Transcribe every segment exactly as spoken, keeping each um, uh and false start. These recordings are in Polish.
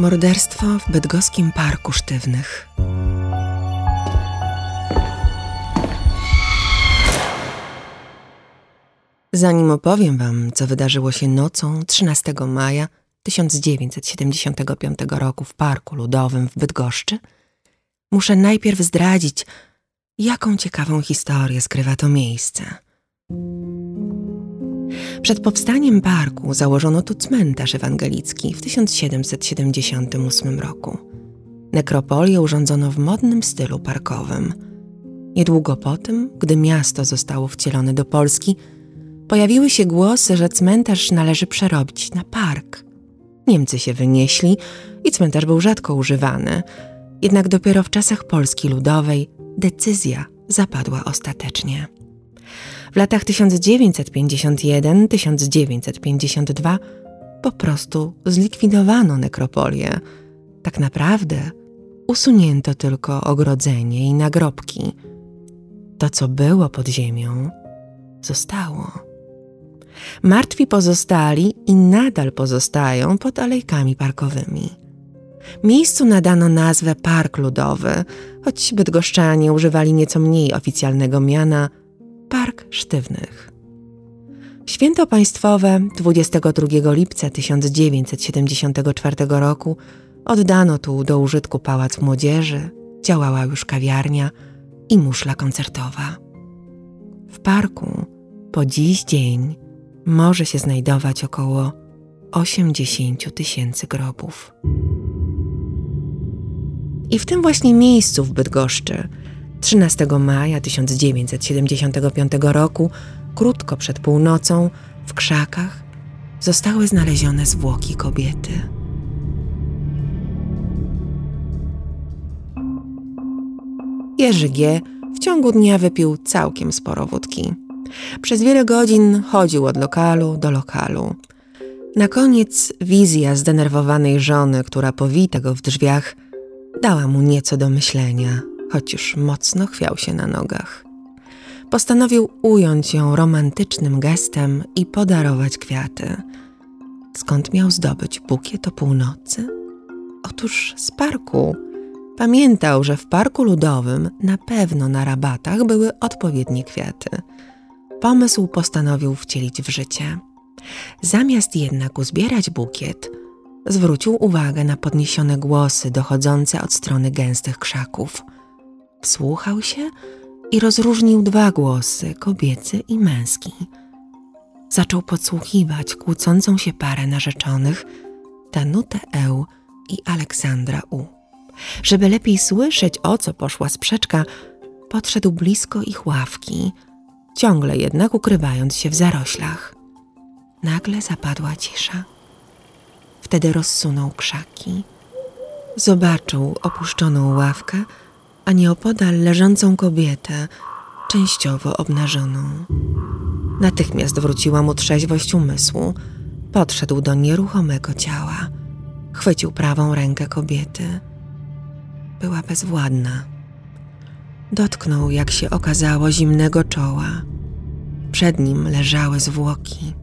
Morderstwo w bydgoskim Parku Sztywnych. Zanim opowiem wam, co wydarzyło się nocą trzynastego maja tysiąc dziewięćset siedemdziesiątego piątego roku w Parku Ludowym w Bydgoszczy, muszę najpierw zdradzić, jaką ciekawą historię skrywa to miejsce. Przed powstaniem parku założono tu cmentarz ewangelicki w tysiąc siedemset siedemdziesiątym ósmym roku. Nekropolię urządzono w modnym stylu parkowym. Niedługo po tym, gdy miasto zostało wcielone do Polski, pojawiły się głosy, że cmentarz należy przerobić na park. Niemcy się wynieśli i cmentarz był rzadko używany, jednak dopiero w czasach Polski Ludowej decyzja zapadła ostatecznie. W latach tysiąc dziewięćset pięćdziesiątym pierwszym do tysiąc dziewięćset pięćdziesiątego drugiego po prostu zlikwidowano nekropolię. Tak naprawdę usunięto tylko ogrodzenie i nagrobki. To, co było pod ziemią, zostało. Martwi pozostali i nadal pozostają pod alejkami parkowymi. Miejscu nadano nazwę Park Ludowy, choć bydgoszczanie używali nieco mniej oficjalnego miana Park Sztywnych. W święto państwowe dwudziestego drugiego lipca tysiąc dziewięćset siedemdziesiątego czwartego roku oddano tu do użytku Pałac Młodzieży, działała już kawiarnia i muszla koncertowa. W parku po dziś dzień może się znajdować około osiemdziesiąt tysięcy grobów. I w tym właśnie miejscu w Bydgoszczy trzynastego maja tysiąc dziewięćset siedemdziesiątego piątego roku, krótko przed północą, w krzakach zostały znalezione zwłoki kobiety. Jerzy G. w ciągu dnia wypił całkiem sporo wódki. Przez wiele godzin chodził od lokalu do lokalu. Na koniec wizja zdenerwowanej żony, która powita go w drzwiach, dała mu nieco do myślenia, choć już mocno chwiał się na nogach. Postanowił ująć ją romantycznym gestem i podarować kwiaty. Skąd miał zdobyć bukiet o północy? Otóż z parku. Pamiętał, że w Parku Ludowym na pewno na rabatach były odpowiednie kwiaty. Pomysł postanowił wcielić w życie. Zamiast jednak uzbierać bukiet, zwrócił uwagę na podniesione głosy dochodzące od strony gęstych krzaków. Wsłuchał się i rozróżnił dwa głosy, kobiecy i męski. Zaczął podsłuchiwać kłócącą się parę narzeczonych, Danutę E. i Aleksandra U. Żeby lepiej słyszeć, o co poszła sprzeczka, podszedł blisko ich ławki, ciągle jednak ukrywając się w zaroślach. Nagle zapadła cisza. Wtedy rozsunął krzaki. Zobaczył opuszczoną ławkę, a nieopodal leżącą kobietę, częściowo obnażoną. Natychmiast wróciła mu trzeźwość umysłu. Podszedł do nieruchomego ciała. Chwycił prawą rękę kobiety. Była bezwładna. Dotknął, jak się okazało, zimnego czoła. Przed nim leżały zwłoki.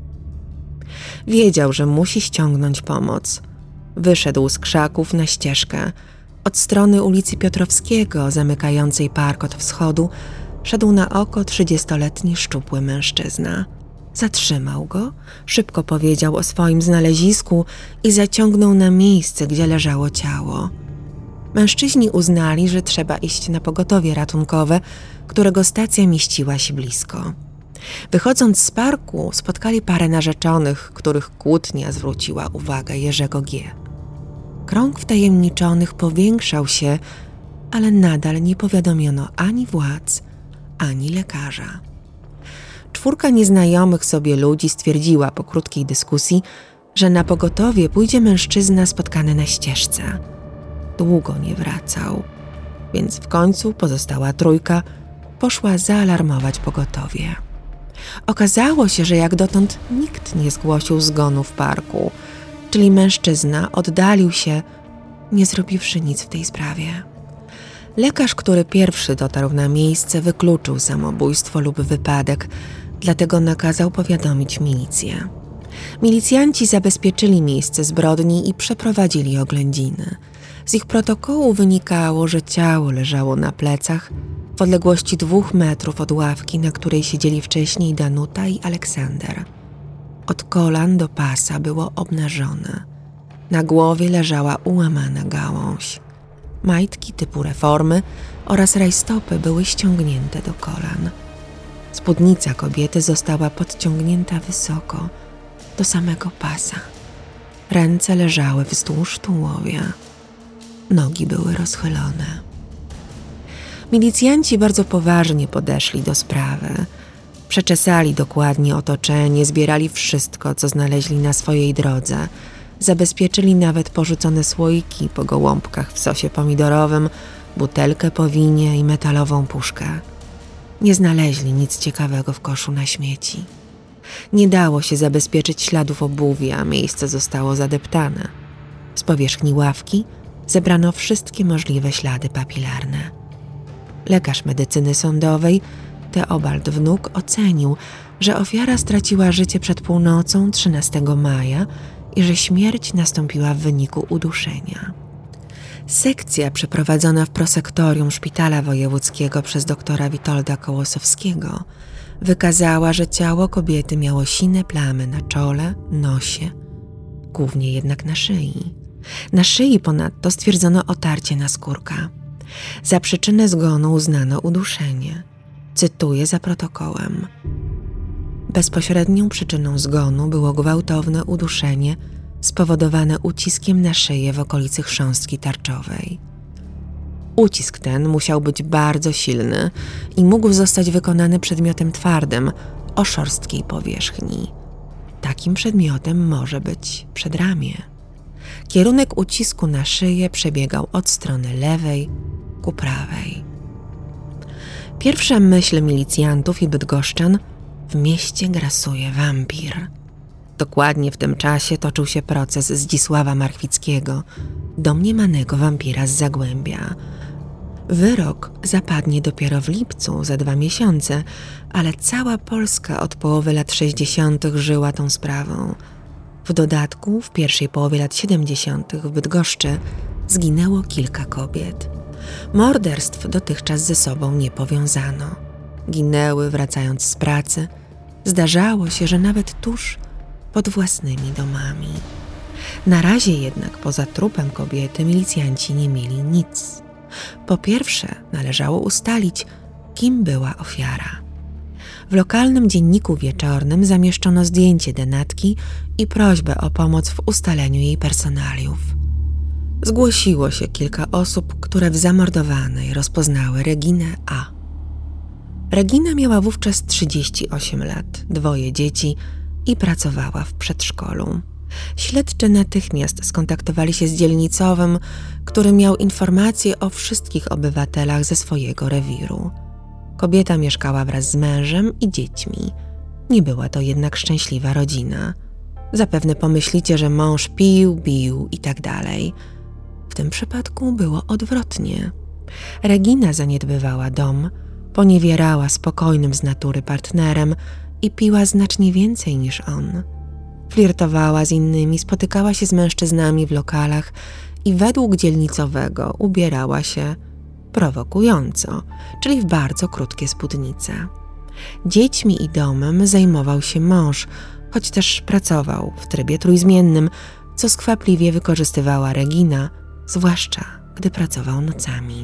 Wiedział, że musi ściągnąć pomoc. Wyszedł z krzaków na ścieżkę. Od strony ulicy Piotrowskiego, zamykającej park od wschodu, szedł na oko trzydziestoletni szczupły mężczyzna. Zatrzymał go, szybko powiedział o swoim znalezisku i zaciągnął na miejsce, gdzie leżało ciało. Mężczyźni uznali, że trzeba iść na pogotowie ratunkowe, którego stacja mieściła się blisko. Wychodząc z parku, spotkali parę narzeczonych, których kłótnia zwróciła uwagę Jerzego G. Krąg wtajemniczonych powiększał się, ale nadal nie powiadomiono ani władz, ani lekarza. Czwórka nieznajomych sobie ludzi stwierdziła po krótkiej dyskusji, że na pogotowie pójdzie mężczyzna spotkany na ścieżce. Długo nie wracał, więc w końcu pozostała trójka poszła zaalarmować pogotowie. Okazało się, że jak dotąd nikt nie zgłosił zgonu w parku, czyli mężczyzna oddalił się, nie zrobiwszy nic w tej sprawie. Lekarz, który pierwszy dotarł na miejsce, wykluczył samobójstwo lub wypadek, dlatego nakazał powiadomić milicję. Milicjanci zabezpieczyli miejsce zbrodni i przeprowadzili oględziny. Z ich protokołu wynikało, że ciało leżało na plecach w odległości dwóch metrów od ławki, na której siedzieli wcześniej Danuta i Aleksander. Od kolan do pasa było obnażone. Na głowie leżała ułamana gałąź. Majtki typu reformy oraz rajstopy były ściągnięte do kolan. Spódnica kobiety została podciągnięta wysoko, do samego pasa. Ręce leżały wzdłuż tułowia. Nogi były rozchylone. Milicjanci bardzo poważnie podeszli do sprawy. Przeczesali dokładnie otoczenie, zbierali wszystko, co znaleźli na swojej drodze. Zabezpieczyli nawet porzucone słoiki po gołąbkach w sosie pomidorowym, butelkę po winie i metalową puszkę. Nie znaleźli nic ciekawego w koszu na śmieci. Nie dało się zabezpieczyć śladów obuwia, miejsce zostało zadeptane. Z powierzchni ławki zebrano wszystkie możliwe ślady papilarne. Lekarz medycyny sądowej, Teobald Wnuk, ocenił, że ofiara straciła życie przed północą trzynastego maja i że śmierć nastąpiła w wyniku uduszenia. Sekcja przeprowadzona w prosektorium Szpitala Wojewódzkiego przez doktora Witolda Kołosowskiego wykazała, że ciało kobiety miało sine plamy na czole, nosie, głównie jednak na szyi. Na szyi ponadto stwierdzono otarcie naskórka. Za przyczynę zgonu uznano uduszenie. Cytuję za protokołem. Bezpośrednią przyczyną zgonu było gwałtowne uduszenie spowodowane uciskiem na szyję w okolicy chrząstki tarczowej. Ucisk ten musiał być bardzo silny i mógł zostać wykonany przedmiotem twardym o szorstkiej powierzchni. Takim przedmiotem może być przedramię. Kierunek ucisku na szyję przebiegał od strony lewej ku prawej. Pierwsza myśl milicjantów i bydgoszczan: w mieście grasuje wampir. Dokładnie w tym czasie toczył się proces Zdzisława Marchwickiego, domniemanego wampira z Zagłębia. Wyrok zapadnie dopiero w lipcu, za dwa miesiące, ale cała Polska od połowy lat sześćdziesiątych żyła tą sprawą. W dodatku w pierwszej połowie lat siedemdziesiątych w Bydgoszczy zginęło kilka kobiet. Morderstw dotychczas ze sobą nie powiązano. Ginęły wracając z pracy. Zdarzało się, że nawet tuż pod własnymi domami. Na razie jednak poza trupem kobiety milicjanci nie mieli nic. Po pierwsze należało ustalić, kim była ofiara. W lokalnym dzienniku wieczornym zamieszczono zdjęcie denatki i prośbę o pomoc w ustaleniu jej personaliów. Zgłosiło się kilka osób, które w zamordowanej rozpoznały Reginę A. Regina miała wówczas trzydzieści osiem lat, dwoje dzieci i pracowała w przedszkolu. Śledczy natychmiast skontaktowali się z dzielnicowym, który miał informacje o wszystkich obywatelach ze swojego rewiru. Kobieta mieszkała wraz z mężem i dziećmi. Nie była to jednak szczęśliwa rodzina. Zapewne pomyślicie, że mąż pił, bił i tak dalej. W tym przypadku było odwrotnie. Regina zaniedbywała dom, poniewierała spokojnym z natury partnerem i piła znacznie więcej niż on. Flirtowała z innymi, spotykała się z mężczyznami w lokalach i według dzielnicowego ubierała się prowokująco, czyli w bardzo krótkie spódnice. Dziećmi i domem zajmował się mąż, choć też pracował w trybie trójzmiennym, co skwapliwie wykorzystywała Regina, zwłaszcza gdy pracował nocami.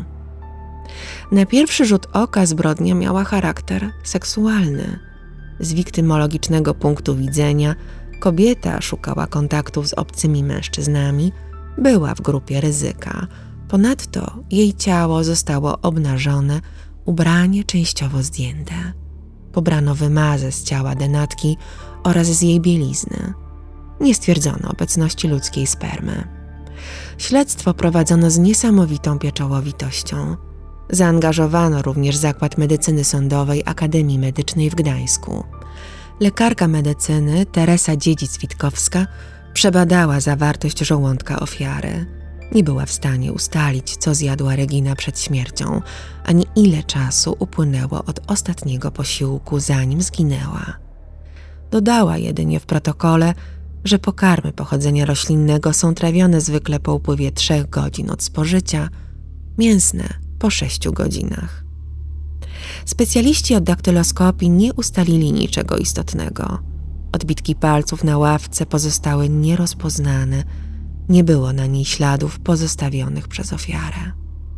Na pierwszy rzut oka zbrodnia miała charakter seksualny. Z wiktymologicznego punktu widzenia kobieta szukała kontaktów z obcymi mężczyznami, była w grupie ryzyka. Ponadto jej ciało zostało obnażone, ubranie częściowo zdjęte. Pobrano wymazy z ciała denatki oraz z jej bielizny. Nie stwierdzono obecności ludzkiej spermy. Śledztwo prowadzono z niesamowitą pieczołowitością. Zaangażowano również Zakład Medycyny Sądowej Akademii Medycznej w Gdańsku. Lekarka medycyny Teresa Dziedzic-Witkowska przebadała zawartość żołądka ofiary. Nie była w stanie ustalić, co zjadła Regina przed śmiercią, ani ile czasu upłynęło od ostatniego posiłku, zanim zginęła. Dodała jedynie w protokole, że pokarmy pochodzenia roślinnego są trawione zwykle po upływie trzech godzin od spożycia, mięsne po sześciu godzinach. Specjaliści od daktyloskopii nie ustalili niczego istotnego. Odbitki palców na ławce pozostały nierozpoznane, nie było na niej śladów pozostawionych przez ofiarę.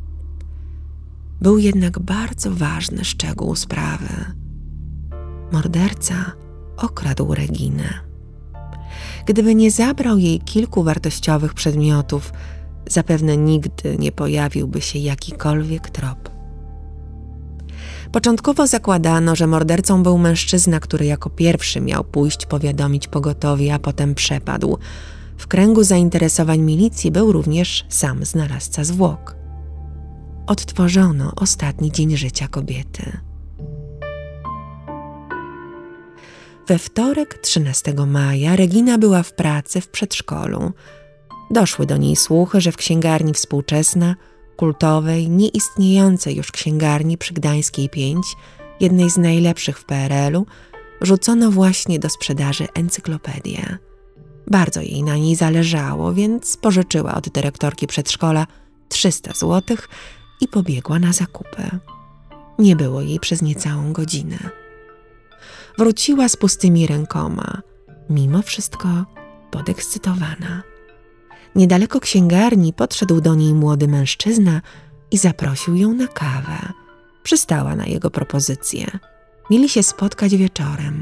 Był jednak bardzo ważny szczegół sprawy. Morderca okradł Reginę. Gdyby nie zabrał jej kilku wartościowych przedmiotów, zapewne nigdy nie pojawiłby się jakikolwiek trop. Początkowo zakładano, że mordercą był mężczyzna, który jako pierwszy miał pójść powiadomić pogotowie, a potem przepadł. W kręgu zainteresowań milicji był również sam znalazca zwłok. Odtworzono ostatni dzień życia kobiety. We wtorek, trzynastego maja, Regina była w pracy w przedszkolu. Doszły do niej słuchy, że w księgarni Współczesna, kultowej, nieistniejącej już księgarni przy Gdańskiej pięć, jednej z najlepszych w P R L u, rzucono właśnie do sprzedaży encyklopedię. Bardzo jej na niej zależało, więc pożyczyła od dyrektorki przedszkola trzysta złotych i pobiegła na zakupy. Nie było jej przez niecałą godzinę. Wróciła z pustymi rękoma, mimo wszystko podekscytowana. Niedaleko księgarni podszedł do niej młody mężczyzna i zaprosił ją na kawę. Przystała na jego propozycję. Mieli się spotkać wieczorem.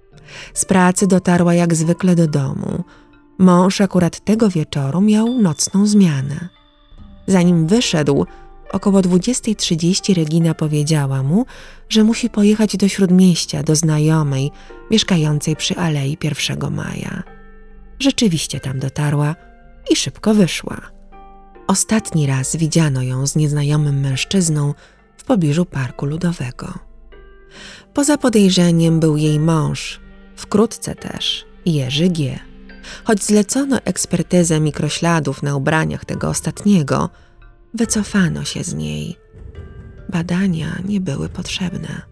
Z pracy dotarła jak zwykle do domu. Mąż akurat tego wieczoru miał nocną zmianę. Zanim wyszedł, około dwudziestej trzydzieści Regina powiedziała mu, że musi pojechać do Śródmieścia, do znajomej, mieszkającej przy Alei pierwszego maja. Rzeczywiście tam dotarła i szybko wyszła. Ostatni raz widziano ją z nieznajomym mężczyzną w pobliżu parku ludowego. Poza podejrzeniem był jej mąż, wkrótce też Jerzy G. Choć zlecono ekspertyzę mikrośladów na ubraniach tego ostatniego, wycofano się z niej. Badania nie były potrzebne.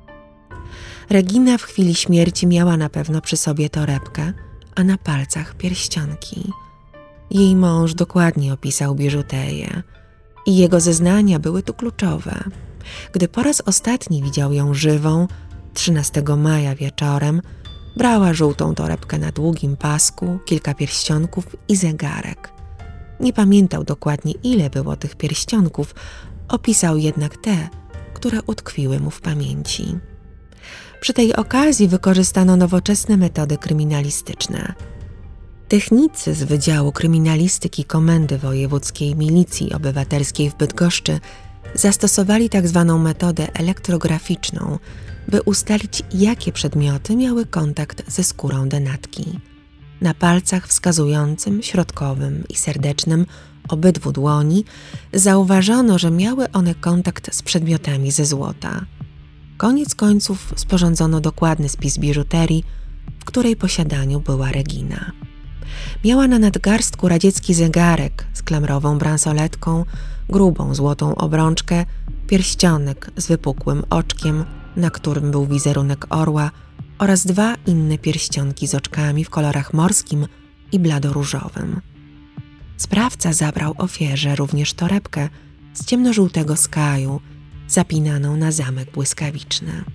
Regina w chwili śmierci miała na pewno przy sobie torebkę, a na palcach pierścionki. Jej mąż dokładnie opisał biżuterię i jego zeznania były tu kluczowe. Gdy po raz ostatni widział ją żywą, trzynastego maja wieczorem, brała żółtą torebkę na długim pasku, kilka pierścionków i zegarek. Nie pamiętał dokładnie, ile było tych pierścionków, opisał jednak te, które utkwiły mu w pamięci. Przy tej okazji wykorzystano nowoczesne metody kryminalistyczne. Technicy z Wydziału Kryminalistyki Komendy Wojewódzkiej Milicji Obywatelskiej w Bydgoszczy zastosowali tzw. metodę elektrograficzną, by ustalić, jakie przedmioty miały kontakt ze skórą denatki. Na palcach wskazującym, środkowym i serdecznym obydwu dłoni zauważono, że miały one kontakt z przedmiotami ze złota. Koniec końców sporządzono dokładny spis biżuterii, w której posiadaniu była Regina. Miała na nadgarstku radziecki zegarek z klamrową bransoletką, grubą złotą obrączkę, pierścionek z wypukłym oczkiem, na którym był wizerunek orła, oraz dwa inne pierścionki z oczkami w kolorach morskim i bladoróżowym. Sprawca zabrał ofierze również torebkę z ciemnożółtego skaju, zapinaną na zamek błyskawiczny.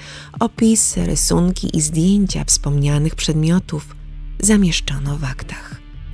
Opisy, rysunki i zdjęcia wspomnianych przedmiotów zamieszczono w aktach.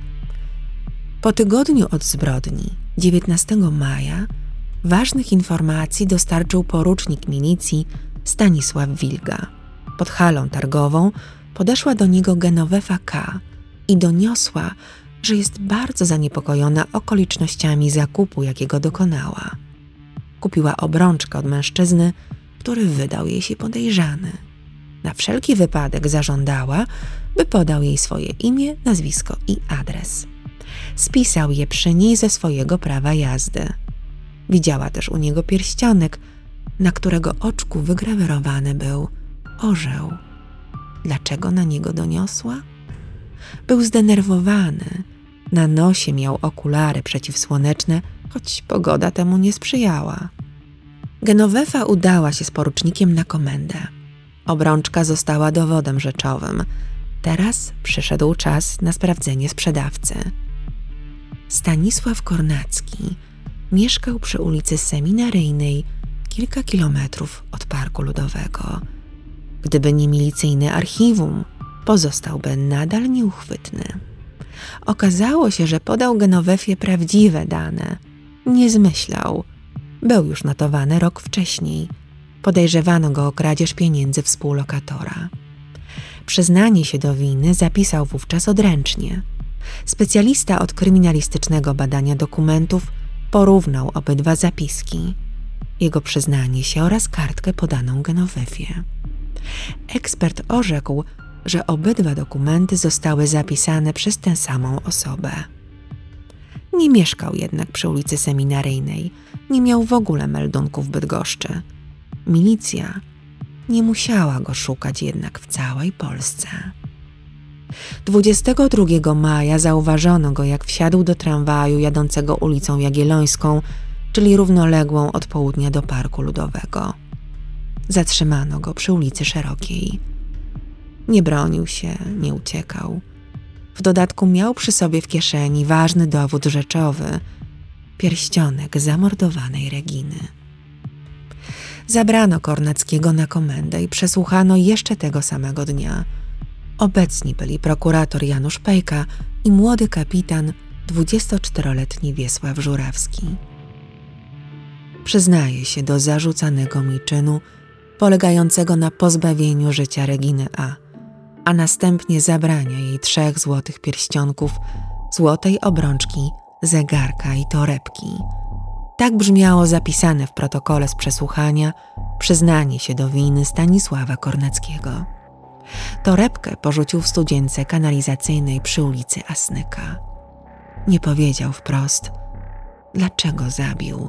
Po tygodniu od zbrodni, dziewiętnastego maja, ważnych informacji dostarczył porucznik milicji Stanisław Wilga. Pod halą targową podeszła do niego Genovefa K. i doniosła, że jest bardzo zaniepokojona okolicznościami zakupu, jakiego dokonała. Kupiła obrączkę od mężczyzny, który wydał jej się podejrzany. Na wszelki wypadek zażądała, by podał jej swoje imię, nazwisko i adres. Spisał je przy niej ze swojego prawa jazdy. Widziała też u niego pierścionek, na którego oczku wygrawerowany był orzeł. Dlaczego na niego doniosła? Był zdenerwowany. Na nosie miał okulary przeciwsłoneczne, choć pogoda temu nie sprzyjała. Genovefa udała się z porucznikiem na komendę. Obrączka została dowodem rzeczowym. Teraz przyszedł czas na sprawdzenie sprzedawcy. Stanisław Kornacki mieszkał przy ulicy Seminaryjnej, kilka kilometrów od Parku Ludowego. Gdyby nie milicyjne archiwum, pozostałby nadal nieuchwytny. Okazało się, że podał Genowefie prawdziwe dane. Nie zmyślał. Był już notowany rok wcześniej. Podejrzewano go o kradzież pieniędzy współlokatora. Przyznanie się do winy zapisał wówczas odręcznie. Specjalista od kryminalistycznego badania dokumentów porównał obydwa zapiski. Jego przyznanie się oraz kartkę podaną Genowefie. Ekspert orzekł, że obydwa dokumenty zostały zapisane przez tę samą osobę. Nie mieszkał jednak przy ulicy Seminaryjnej, nie miał w ogóle meldunku w Bydgoszczy. Milicja nie musiała go szukać jednak w całej Polsce. dwudziestego drugiego maja zauważono go, jak wsiadł do tramwaju jadącego ulicą Jagiellońską, czyli równoległą od południa do Parku Ludowego. Zatrzymano go przy ulicy Szerokiej. Nie bronił się, nie uciekał. W dodatku miał przy sobie w kieszeni ważny dowód rzeczowy – pierścionek zamordowanej Reginy. Zabrano Kornackiego na komendę i przesłuchano jeszcze tego samego dnia. Obecni byli prokurator Janusz Pejka i młody kapitan, dwudziestoczteroletni Wiesław Żurawski. Przyznaje się do zarzucanego mi czynu polegającego na pozbawieniu życia Reginy A, a następnie zabrania jej trzech złotych pierścionków, złotej obrączki, zegarka i torebki. Tak brzmiało zapisane w protokole z przesłuchania przyznanie się do winy Stanisława Kornackiego. Torebkę porzucił w studzience kanalizacyjnej przy ulicy Asnyka. Nie powiedział wprost, dlaczego zabił.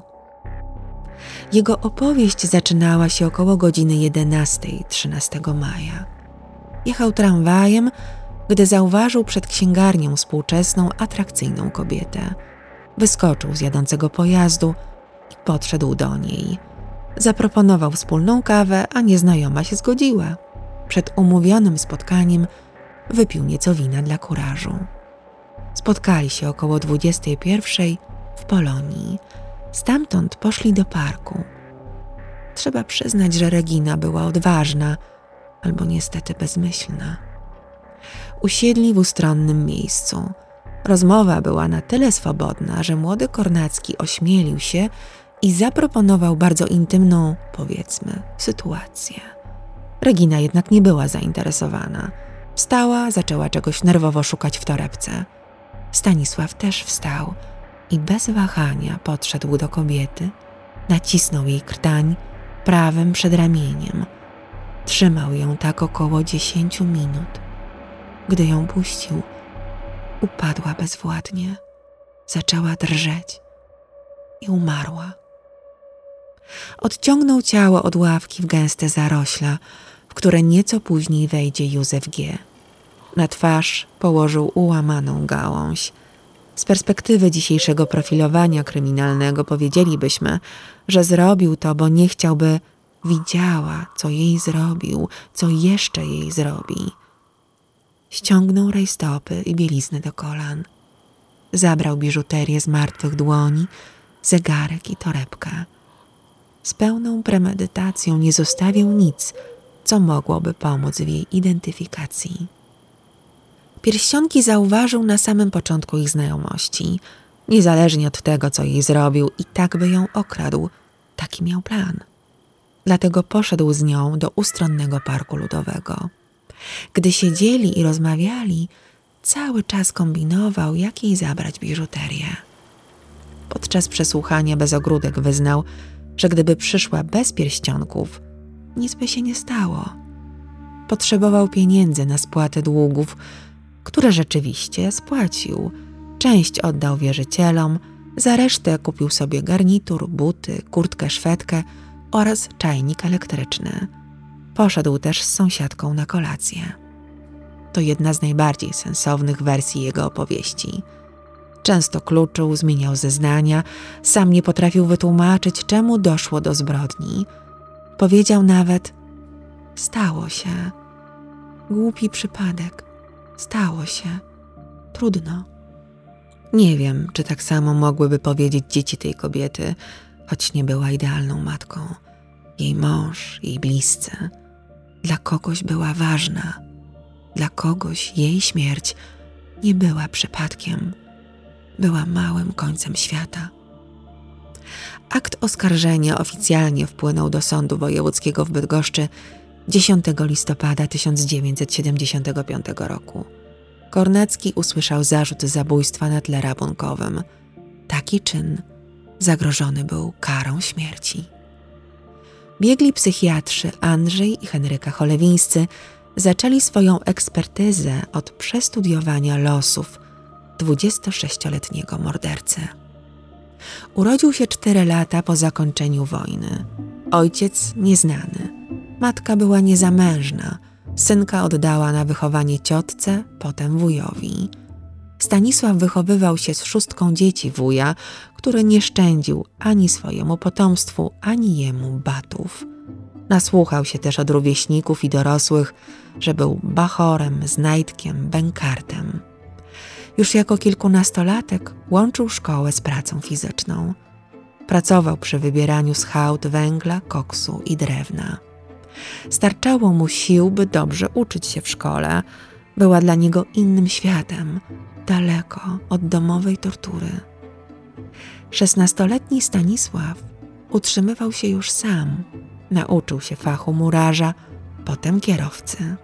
Jego opowieść zaczynała się około godziny jedenastej trzynastego maja. Jechał tramwajem, gdy zauważył przed księgarnią współczesną, atrakcyjną kobietę. Wyskoczył z jadącego pojazdu i podszedł do niej. Zaproponował wspólną kawę, a nieznajoma się zgodziła. Przed umówionym spotkaniem wypił nieco wina dla kurażu. Spotkali się około dwudziestej pierwszej w Polonii. Stamtąd poszli do parku. Trzeba przyznać, że Regina była odważna, albo niestety bezmyślna. Usiedli w ustronnym miejscu. Rozmowa była na tyle swobodna, że młody Kornacki ośmielił się i zaproponował bardzo intymną, powiedzmy, sytuację. Regina jednak nie była zainteresowana. Wstała, zaczęła czegoś nerwowo szukać w torebce. Stanisław też wstał i bez wahania podszedł do kobiety, nacisnął jej krtań prawym przedramieniem. Trzymał ją tak około dziesięciu minut. Gdy ją puścił, upadła bezwładnie, zaczęła drżeć i umarła. Odciągnął ciało od ławki w gęste zarośla, w które nieco później wejdzie Józef G. Na twarz położył ułamaną gałąź. Z perspektywy dzisiejszego profilowania kryminalnego powiedzielibyśmy, że zrobił to, bo nie chciałby widziała, co jej zrobił, co jeszcze jej zrobi. Ściągnął rajstopy i bieliznę do kolan. Zabrał biżuterię z martwych dłoni, zegarek i torebkę. Z pełną premedytacją nie zostawił nic, co mogłoby pomóc w jej identyfikacji. Pierścionki zauważył na samym początku ich znajomości. Niezależnie od tego, co jej zrobił, i tak by ją okradł. Taki miał plan. Dlatego poszedł z nią do ustronnego Parku Ludowego. Gdy siedzieli i rozmawiali, cały czas kombinował, jak jej zabrać biżuterię. Podczas przesłuchania Bezogródek wyznał, że gdyby przyszła bez pierścionków, nic by się nie stało. Potrzebował pieniędzy na spłatę długów, które rzeczywiście spłacił. Część oddał wierzycielom, za resztę kupił sobie garnitur, buty, kurtkę, szwedkę oraz czajnik elektryczny. Poszedł też z sąsiadką na kolację. To jedna z najbardziej sensownych wersji jego opowieści. Często kluczył, zmieniał zeznania, sam nie potrafił wytłumaczyć, czemu doszło do zbrodni. Powiedział nawet: Stało się. Głupi przypadek. Stało się. Trudno. Nie wiem, czy tak samo mogłyby powiedzieć dzieci tej kobiety, choć nie była idealną matką. Jej mąż, jej bliscy. Dla kogoś była ważna. Dla kogoś jej śmierć nie była przypadkiem. Była małym końcem świata. Akt oskarżenia oficjalnie wpłynął do Sądu Wojewódzkiego w Bydgoszczy dziesiątego listopada tysiąc dziewięćset siedemdziesiątego piątego roku. Kornacki usłyszał zarzut zabójstwa na tle rabunkowym. Taki czyn zagrożony był karą śmierci. Biegli psychiatrzy Andrzej i Henryka Cholewińscy zaczęli swoją ekspertyzę od przestudiowania losów dwudziestosześcioletniego mordercy. Urodził się cztery lata po zakończeniu wojny. Ojciec nieznany. Matka była niezamężna. Synka oddała na wychowanie ciotce, potem wujowi. Stanisław wychowywał się z szóstką dzieci wuja, który nie szczędził ani swojemu potomstwu, ani jemu batów. Nasłuchał się też od rówieśników i dorosłych, że był bachorem, znajdkiem, bękartem. Już jako kilkunastolatek łączył szkołę z pracą fizyczną. Pracował przy wybieraniu z hałd węgla, koksu i drewna. Starczało mu sił, by dobrze uczyć się w szkole. Była dla niego innym światem, daleko od domowej tortury. Szesnastoletni Stanisław utrzymywał się już sam. Nauczył się fachu murarza, potem kierowcy.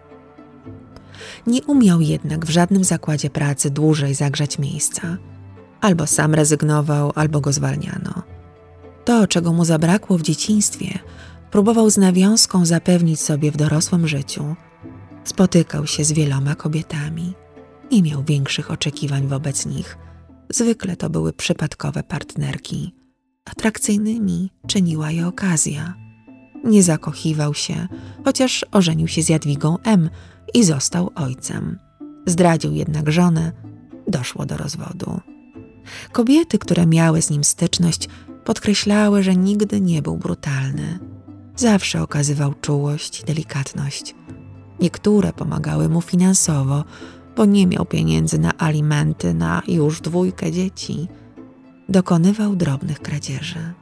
Nie umiał jednak w żadnym zakładzie pracy dłużej zagrzać miejsca. Albo sam rezygnował, albo go zwalniano. To, czego mu zabrakło w dzieciństwie, próbował z nawiązką zapewnić sobie w dorosłym życiu. Spotykał się z wieloma kobietami. Nie miał większych oczekiwań wobec nich. Zwykle to były przypadkowe partnerki. Atrakcyjnymi czyniła je okazja. Nie zakochiwał się, chociaż ożenił się z Jadwigą M. i został ojcem. Zdradził jednak żonę, doszło do rozwodu. Kobiety, które miały z nim styczność, podkreślały, że nigdy nie był brutalny. Zawsze okazywał czułość i delikatność. Niektóre pomagały mu finansowo, bo nie miał pieniędzy na alimenty na już dwójkę dzieci. Dokonywał drobnych kradzieży.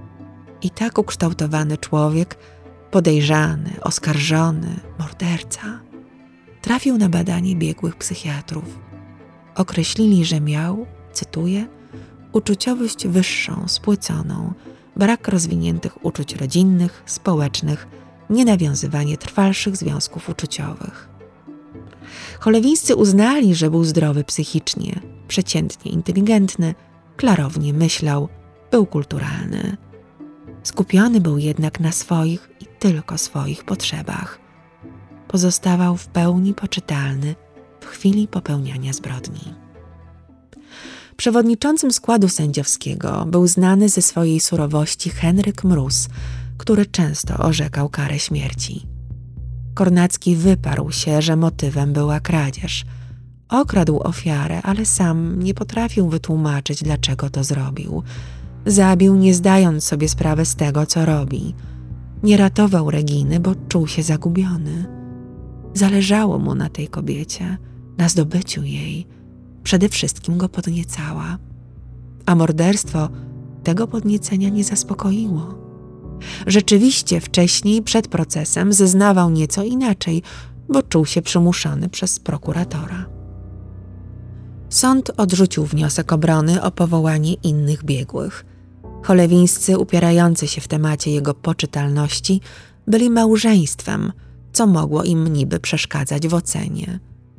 I tak ukształtowany człowiek, podejrzany, oskarżony, morderca, trafił na badanie biegłych psychiatrów. Określili, że miał, cytuję, uczuciowość wyższą, spłyconą, brak rozwiniętych uczuć rodzinnych, społecznych, nienawiązywanie trwalszych związków uczuciowych. Cholewińscy uznali, że był zdrowy psychicznie, przeciętnie inteligentny, klarownie myślał, był kulturalny. Skupiony był jednak na swoich i tylko swoich potrzebach. Pozostawał w pełni poczytalny w chwili popełniania zbrodni. Przewodniczącym składu sędziowskiego był znany ze swojej surowości Henryk Mróz, który często orzekał karę śmierci. Kornacki wyparł się, że motywem była kradzież. Okradł ofiarę, ale sam nie potrafił wytłumaczyć, dlaczego to zrobił. Zabił, nie zdając sobie sprawy z tego, co robi. Nie ratował Reginy, bo czuł się zagubiony. Zależało mu na tej kobiecie, na zdobyciu jej. Przede wszystkim go podniecała. A morderstwo tego podniecenia nie zaspokoiło. Rzeczywiście wcześniej, przed procesem, zeznawał nieco inaczej, bo czuł się przymuszony przez prokuratora. Sąd odrzucił wniosek obrony o powołanie innych biegłych. Cholewińscy, upierający się w temacie jego poczytalności, byli małżeństwem, co mogło im niby przeszkadzać w ocenie.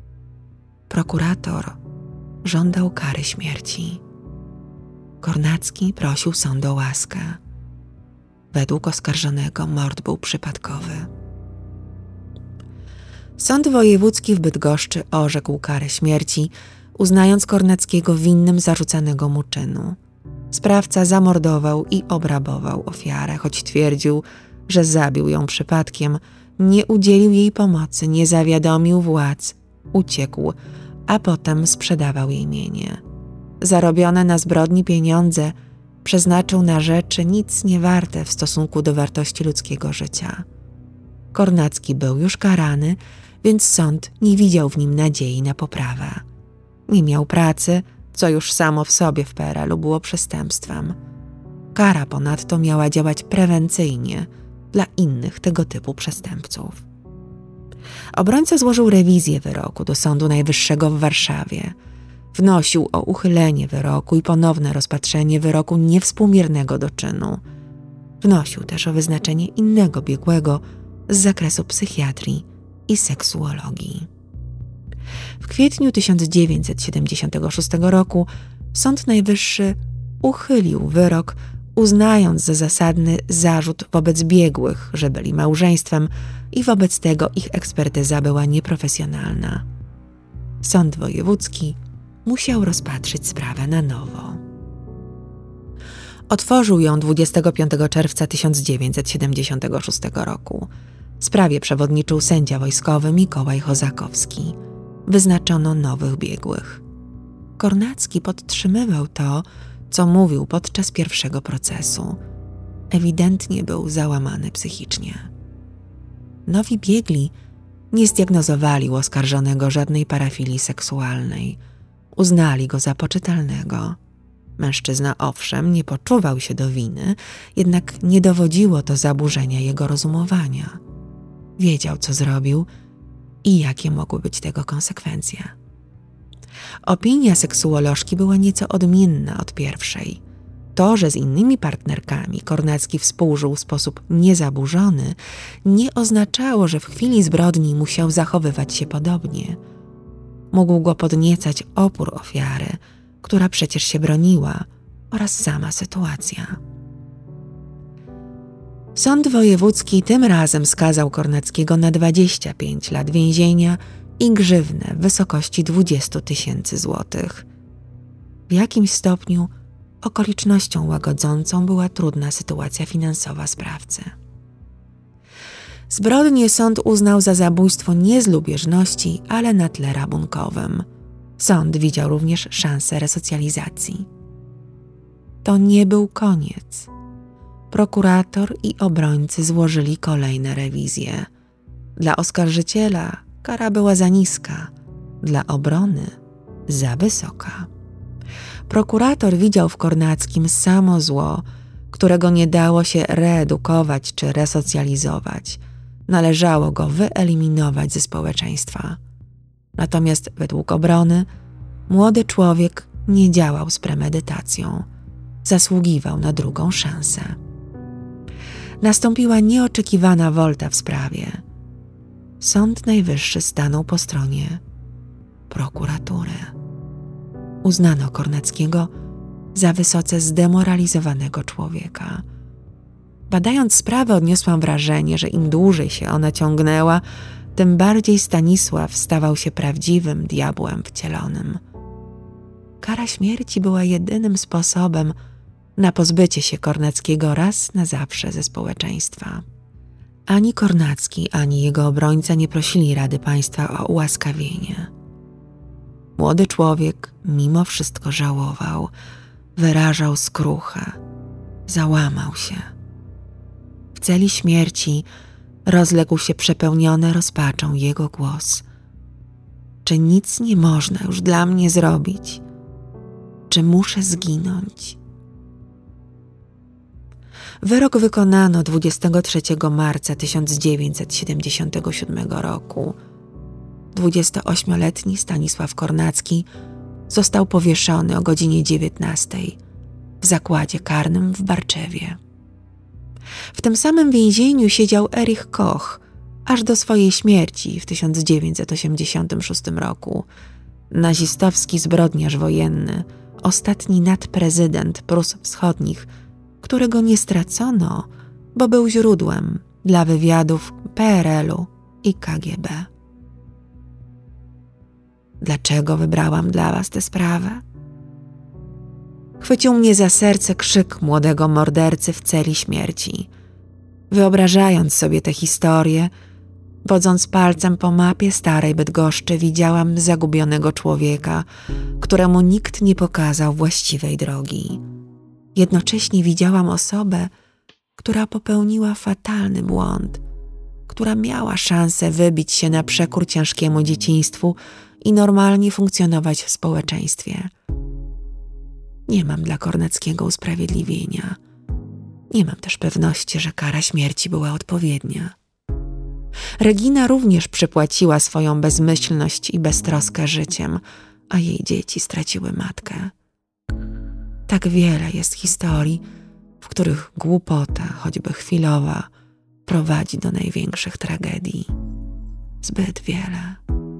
Prokurator żądał kary śmierci. Kornacki prosił sąd o łaskę. Według oskarżonego mord był przypadkowy. Sąd wojewódzki w Bydgoszczy orzekł karę śmierci, uznając Kornackiego winnym zarzucanego mu czynu. Sprawca zamordował i obrabował ofiarę, choć twierdził, że zabił ją przypadkiem, nie udzielił jej pomocy, nie zawiadomił władz, uciekł, a potem sprzedawał jej mienie. Zarobione na zbrodni pieniądze przeznaczył na rzeczy nic nie warte w stosunku do wartości ludzkiego życia. Kornacki był już karany, więc sąd nie widział w nim nadziei na poprawę. Nie miał pracy, co już samo w sobie w P R L-u było przestępstwem. Kara ponadto miała działać prewencyjnie dla innych tego typu przestępców. Obrońca złożył rewizję wyroku do Sądu Najwyższego w Warszawie. Wnosił o uchylenie wyroku i ponowne rozpatrzenie wyroku niewspółmiernego do czynu. Wnosił też o wyznaczenie innego biegłego z zakresu psychiatrii i seksuologii. W kwietniu tysiąc dziewięćset siedemdziesiątego szóstego roku Sąd Najwyższy uchylił wyrok, uznając za zasadny zarzut wobec biegłych, że byli małżeństwem i wobec tego ich ekspertyza była nieprofesjonalna. Sąd Wojewódzki musiał rozpatrzyć sprawę na nowo. Otworzył ją dwudziestego piątego czerwca tysiąc dziewięćset siedemdziesiątego szóstego roku. Sprawie przewodniczył sędzia wojskowy Mikołaj Chozakowski. Wyznaczono nowych biegłych. Kornacki podtrzymywał to, co mówił podczas pierwszego procesu. Ewidentnie był załamany psychicznie. Nowi biegli nie zdiagnozowali u oskarżonego żadnej parafilii seksualnej. Uznali go za poczytalnego. Mężczyzna owszem nie poczuwał się do winy, jednak nie dowodziło to zaburzenia jego rozumowania. Wiedział, co zrobił i jakie mogły być tego konsekwencje. Opinia seksuolożki była nieco odmienna od pierwszej. To, że z innymi partnerkami Kornacki współżył w sposób niezaburzony, nie oznaczało, że w chwili zbrodni musiał zachowywać się podobnie. Mógł go podniecać opór ofiary, która przecież się broniła, oraz sama sytuacja. Sąd Wojewódzki tym razem skazał Kornackiego na dwadzieścia pięć lat więzienia i grzywnę w wysokości dwadzieścia tysięcy złotych. W jakimś stopniu okolicznością łagodzącą była trudna sytuacja finansowa sprawcy. Zbrodnię sąd uznał za zabójstwo nie z lubieżności, ale na tle rabunkowym. Sąd widział również szansę resocjalizacji. To nie był koniec. Prokurator i obrońcy złożyli kolejne rewizje. Dla oskarżyciela kara była za niska, dla obrony za wysoka. Prokurator widział w Kornackim samo zło, którego nie dało się reedukować czy resocjalizować. Należało go wyeliminować ze społeczeństwa. Natomiast według obrony młody człowiek nie działał z premedytacją. Zasługiwał na drugą szansę. Nastąpiła nieoczekiwana wolta w sprawie. Sąd Najwyższy stanął po stronie prokuratury. Uznano Kornackiego za wysoce zdemoralizowanego człowieka. Badając sprawę, odniosłam wrażenie, że im dłużej się ona ciągnęła, tym bardziej Stanisław stawał się prawdziwym diabłem wcielonym. Kara śmierci była jedynym sposobem na pozbycie się Kornackiego raz na zawsze ze społeczeństwa. Ani Kornacki, ani jego obrońca nie prosili Rady Państwa o ułaskawienie. Młody człowiek mimo wszystko żałował, wyrażał skruchę, załamał się. W celi śmierci rozległ się przepełniony rozpaczą jego głos. Czy nic nie można już dla mnie zrobić? Czy muszę zginąć? Wyrok wykonano dwudziestego trzeciego marca tysiąc dziewięćset siedemdziesiątego siódmego roku. dwudziestoośmioletni Stanisław Kornacki został powieszony o godzinie dziewiętnastej w zakładzie karnym w Barczewie. W tym samym więzieniu siedział Erich Koch aż do swojej śmierci w tysiąc dziewięćset osiemdziesiątym szóstym roku. Nazistowski zbrodniarz wojenny, ostatni nadprezydent Prus Wschodnich, którego nie stracono, bo był źródłem dla wywiadów P R L-u i K G B. Dlaczego wybrałam dla was tę sprawę? Chwycił mnie za serce krzyk młodego mordercy w celi śmierci. Wyobrażając sobie tę historię, wodząc palcem po mapie starej Bydgoszczy, widziałam zagubionego człowieka, któremu nikt nie pokazał właściwej drogi. Jednocześnie widziałam osobę, która popełniła fatalny błąd, która miała szansę wybić się na przekór ciężkiemu dzieciństwu i normalnie funkcjonować w społeczeństwie. Nie mam dla Kornackiego usprawiedliwienia. Nie mam też pewności, że kara śmierci była odpowiednia. Regina również przypłaciła swoją bezmyślność i beztroskę życiem, a jej dzieci straciły matkę. Tak wiele jest historii, w których głupota, choćby chwilowa, prowadzi do największych tragedii. Zbyt wiele.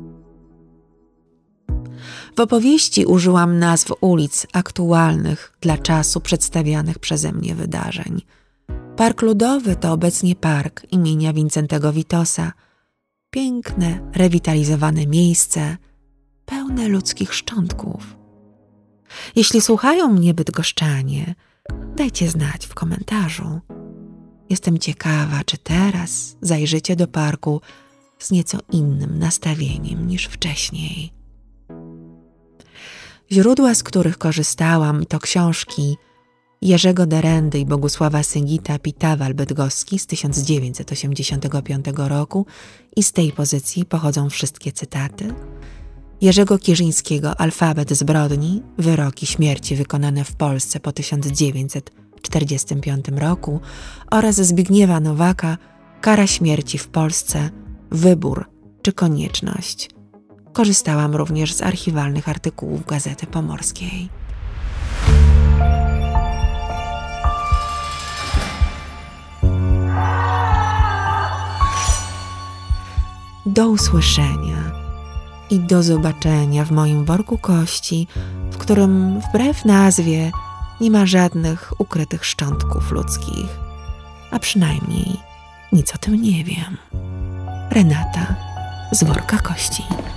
W opowieści użyłam nazw ulic aktualnych dla czasu przedstawianych przeze mnie wydarzeń. Park Ludowy to obecnie park imienia Wincentego Witosa. Piękne, rewitalizowane miejsce, pełne ludzkich szczątków. Jeśli słuchają mnie bydgoszczanie, dajcie znać w komentarzu. Jestem ciekawa, czy teraz zajrzycie do parku z nieco innym nastawieniem niż wcześniej. Źródła, z których korzystałam, to książki Jerzego Derendy i Bogusława Syngita Pitawal Bydgoski z tysiąc dziewięćset osiemdziesiątego piątego roku i z tej pozycji pochodzą wszystkie cytaty. Jerzego Kierzyńskiego Alfabet zbrodni, wyroki śmierci wykonane w Polsce po tysiąc dziewięćset czterdziestym piątym roku oraz Zbigniewa Nowaka Kara śmierci w Polsce, wybór czy konieczność. Korzystałam również z archiwalnych artykułów Gazety Pomorskiej. Do usłyszenia i do zobaczenia w moim worku kości, w którym wbrew nazwie nie ma żadnych ukrytych szczątków ludzkich, a przynajmniej nic o tym nie wiem. Renata z worka kości.